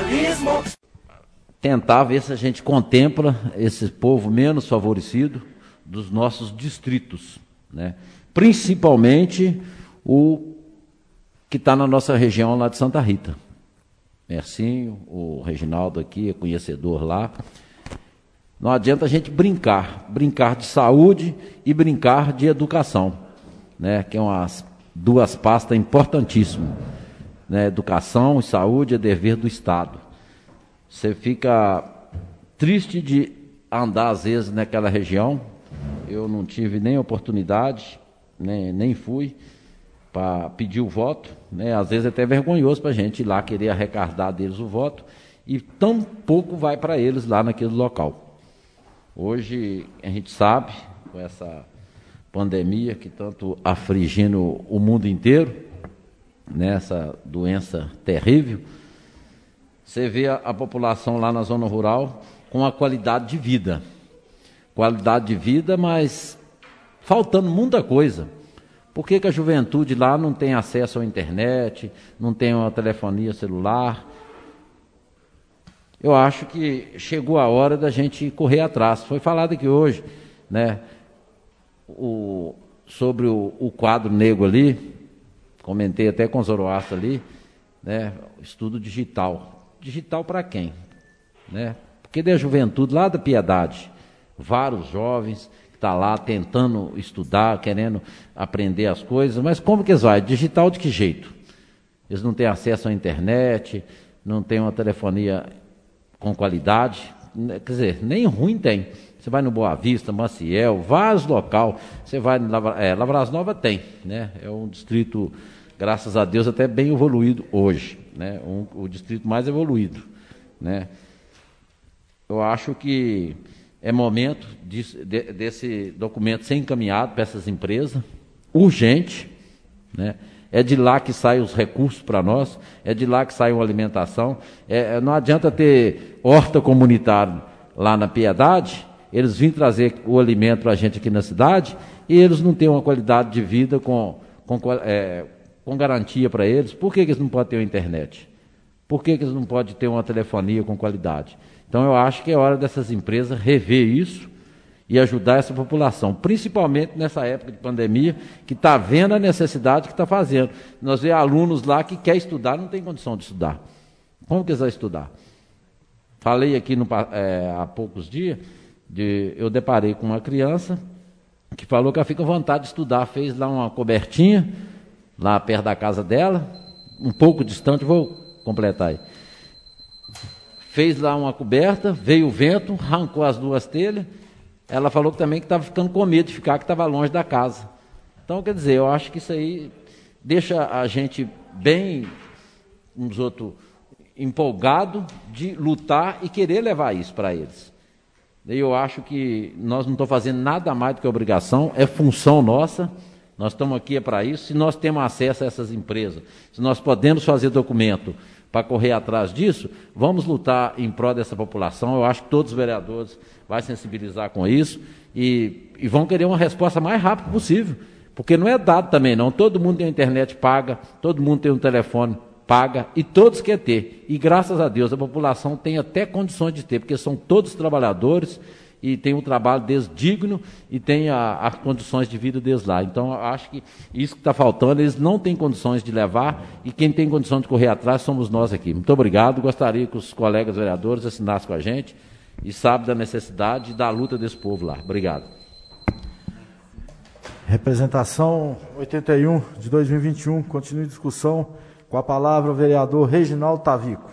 Jornalismo. Tentar ver se a gente contempla esse povo menos favorecido dos nossos distritos, né? Principalmente o que está na nossa região lá de Santa Rita. Mercinho, o Reginaldo aqui é conhecedor lá. Não adianta a gente brincar de saúde e brincar de educação, né? Que é umas duas pastas importantíssimas, né? Educação e saúde é dever do Estado. Você fica triste de andar às vezes naquela região. Eu não tive nem oportunidade, nem fui para pedir o voto, né? Às vezes é até vergonhoso para a gente ir lá querer arrecadar deles o voto e tão pouco vai para eles lá naquele local. Hoje a gente sabe, com essa pandemia que tanto afligindo o mundo inteiro, nessa doença terrível, você vê a população lá na zona rural com a qualidade de vida. Qualidade de vida, mas faltando muita coisa. Por que a juventude lá não tem acesso à internet, não tem uma telefonia celular? Eu acho que chegou a hora da gente correr atrás. Foi falado aqui hoje, né, sobre o quadro negro ali, comentei até com o Zoroastro ali, né, estudo digital. Digital para quem? Né? Porque da juventude lá da Piedade, vários jovens que estão lá tentando estudar, querendo aprender as coisas, mas como que eles vão? Digital de que jeito? Eles não têm acesso à internet, não têm uma telefonia com qualidade, quer dizer, nem ruim tem. Você vai no Boa Vista, Maciel, vários local, você vai em Lavras Nova tem, né? É um distrito, graças a Deus, até bem evoluído hoje, né? O distrito mais evoluído, né? Eu acho que é momento desse documento ser encaminhado para essas empresas, urgente, né? É de lá que saem os recursos para nós, é de lá que sai a alimentação. Não adianta ter horta comunitária lá na Piedade, eles vêm trazer o alimento para a gente aqui na cidade e eles não têm uma qualidade de vida com garantia para eles. Por que eles não podem ter uma internet? Por que eles não podem ter uma telefonia com qualidade? Então eu acho que é hora dessas empresas rever isso e ajudar essa população, principalmente nessa época de pandemia, que está vendo a necessidade que está fazendo. Nós vemos alunos lá que querem estudar, não tem condição de estudar. Como que eles vão estudar? Falei aqui há poucos dias, eu deparei com uma criança que falou que ela fica à vontade de estudar, fez lá uma cobertinha, lá perto da casa dela, um pouco distante, vou completar aí. Fez lá uma coberta, veio o vento, arrancou as duas telhas. Ela falou que também que estava ficando com medo de ficar, que estava longe da casa. Então, quer dizer, eu acho que isso aí deixa a gente bem, uns outros, empolgado de lutar e querer levar isso para eles. Eu acho que nós não estamos fazendo nada mais do que obrigação, é função nossa, nós estamos aqui para isso. Se nós temos acesso a essas empresas, se nós podemos fazer documento para correr atrás disso, vamos lutar em prol dessa população. Eu acho que todos os vereadores vão sensibilizar com isso e vão querer uma resposta mais rápida possível, porque não é dado também não, todo mundo tem internet paga, todo mundo tem um telefone paga e todos querem ter, e graças a Deus a população tem até condições de ter, porque são todos trabalhadores e tem um trabalho deles digno e tem as condições de vida deles lá. Então, eu acho que isso que está faltando, eles não têm condições de levar e quem tem condição de correr atrás somos nós aqui. Muito obrigado, gostaria que os colegas vereadores assinassem com a gente e sabem da necessidade da luta desse povo lá. Obrigado. Representação 81 de 2021, continue a discussão. Com a palavra o vereador Reginaldo Tavico.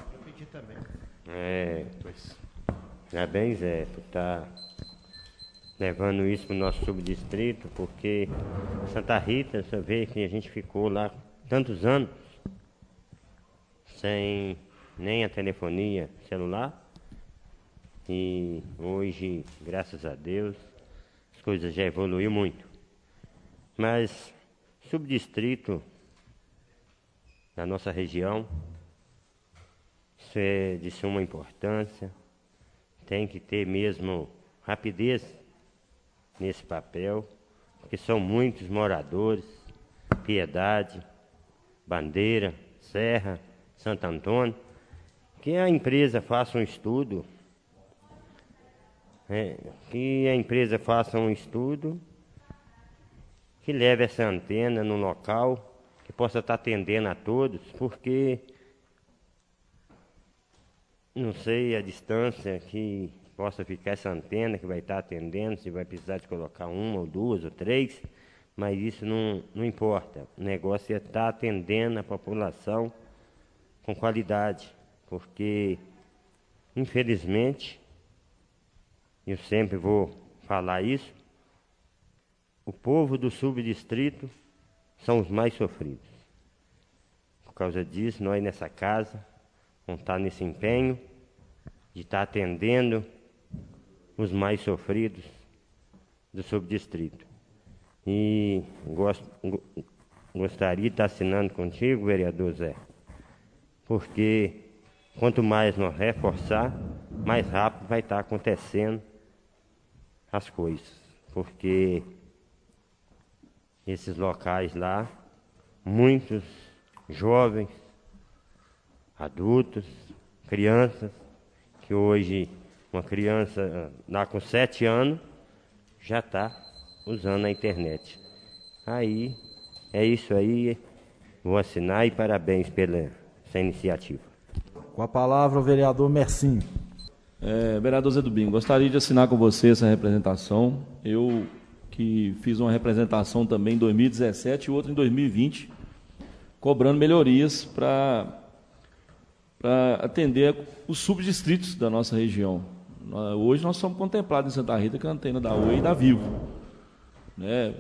Parabéns, Zé, por estar levando isso para o nosso subdistrito, porque Santa Rita, você vê que a gente ficou lá tantos anos sem nem a telefonia celular, e hoje, graças a Deus, as coisas já evoluíram muito. Mas subdistrito da nossa região, isso é de suma importância, tem que ter mesmo rapidez nesse papel, porque são muitos moradores, Piedade, Bandeira, Serra, Santo Antônio, que a empresa faça um estudo, que leve essa antena no local, que possa estar atendendo a todos, porque não sei a distância que possa ficar essa antena que vai estar atendendo, se vai precisar de colocar uma ou duas ou três, mas isso não importa. O negócio é estar atendendo a população com qualidade, porque, infelizmente, eu sempre vou falar isso, o povo do subdistrito são os mais sofridos. Por causa disso, nós nessa casa vamos estar nesse empenho de estar atendendo os mais sofridos do subdistrito. E gostaria de estar assinando contigo, vereador Zé, porque quanto mais nós reforçar, mais rápido vai estar acontecendo as coisas. Porque esses locais lá, muitos jovens, adultos, crianças, que hoje uma criança lá com 7 anos já está usando a internet. Aí, é isso aí, vou assinar e parabéns pela essa iniciativa. Com a palavra o vereador Mercinho. Vereador Zé do Bingo, gostaria de assinar com você essa representação. Eu que fiz uma representação também em 2017 e outra em 2020, cobrando melhorias para atender os subdistritos da nossa região. Hoje nós somos contemplados em Santa Rita com a antena da Oi e da Vivo, né?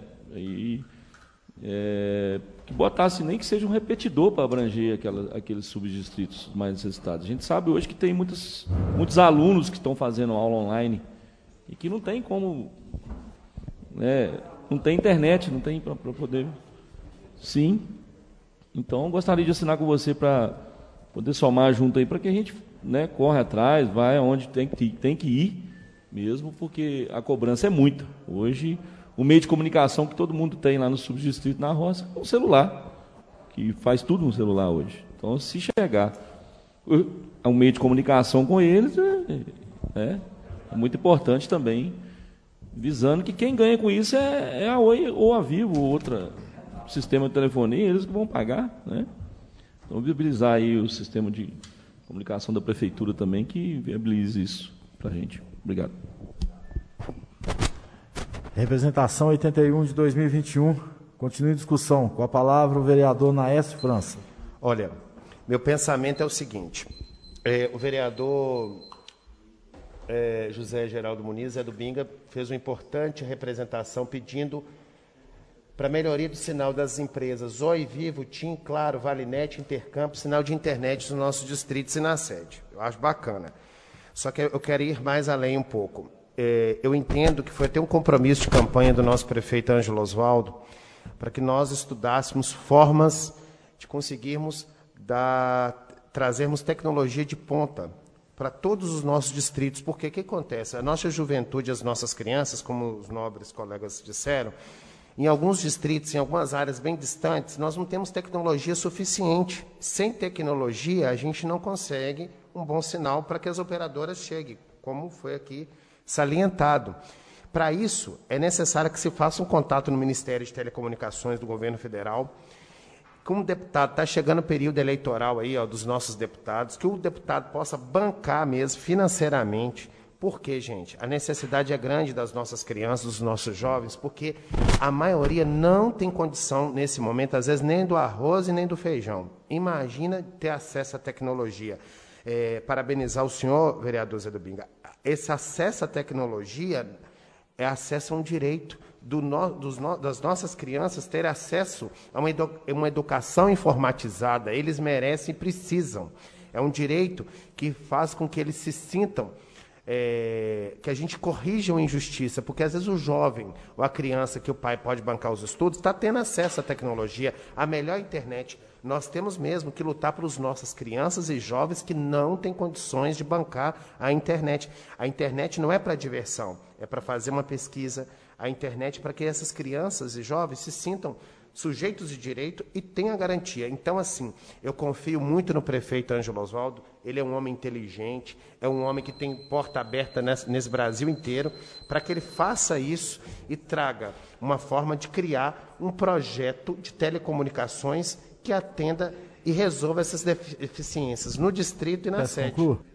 Que botasse nem que seja um repetidor para abranger aqueles subdistritos mais necessitados. A gente sabe hoje que tem muitos alunos que estão fazendo aula online e que não tem como, né? Não tem internet, não tem para poder. Sim. Então gostaria de assinar com você para poder somar junto aí, para que a gente, né, corre atrás, vai aonde tem que ir mesmo, porque a cobrança é muita. Hoje, o meio de comunicação que todo mundo tem lá no subdistrito, na roça, é um celular, que faz tudo no celular hoje. Então, se chegar a um meio de comunicação com eles, é muito importante também, visando que quem ganha com isso é a Oi ou a Vivo, ou outro sistema de telefonia, eles que vão pagar, né? Então, viabilizar aí o sistema de comunicação da prefeitura também, que viabilize isso para a gente. Obrigado. Representação 81 de 2021. Continue em discussão. Com a palavra o vereador Naécio França. Olha, meu pensamento é o seguinte. O vereador José Geraldo Muniz, Zé do Binga, fez uma importante representação pedindo para melhoria do sinal das empresas Oi, Vivo, TIM, Claro, Valinet, Intercampo, sinal de internet nos nossos distritos e na sede. Eu acho bacana. Só que eu quero ir mais além um pouco. Eu entendo que foi até um compromisso de campanha do nosso prefeito Ângelo Osvaldo para que nós estudássemos formas de conseguirmos trazermos tecnologia de ponta para todos os nossos distritos. Porque o que acontece? A nossa juventude, as nossas crianças, como os nobres colegas disseram, em alguns distritos, em algumas áreas bem distantes, nós não temos tecnologia suficiente. Sem tecnologia, a gente não consegue um bom sinal para que as operadoras cheguem, como foi aqui salientado. Para isso, é necessário que se faça um contato no Ministério de Telecomunicações do Governo Federal. Como deputado, está chegando o período eleitoral aí, dos nossos deputados, que o deputado possa bancar mesmo financeiramente. Por quê, gente? A necessidade é grande das nossas crianças, dos nossos jovens, porque a maioria não tem condição, nesse momento, às vezes, nem do arroz e nem do feijão. Imagina ter acesso à tecnologia. Parabenizar o senhor, vereador Zé do Binga. Esse acesso à tecnologia é acesso a um direito das nossas crianças ter acesso a uma educação informatizada. Eles merecem e precisam. É um direito que faz com que eles se sintam que a gente corrija uma injustiça, porque às vezes o jovem ou a criança que o pai pode bancar os estudos está tendo acesso à tecnologia, à melhor internet. Nós temos mesmo que lutar pelas nossas crianças e jovens que não têm condições de bancar a internet. A internet não é para diversão, é para fazer uma pesquisa. A internet é para que essas crianças e jovens se sintam sujeitos de direito e têm a garantia. Então, assim, eu confio muito no prefeito Ângelo Osvaldo, ele é um homem inteligente, é um homem que tem porta aberta nesse Brasil inteiro, para que ele faça isso e traga uma forma de criar um projeto de telecomunicações que atenda e resolva essas deficiências no distrito e na sede. Conclua.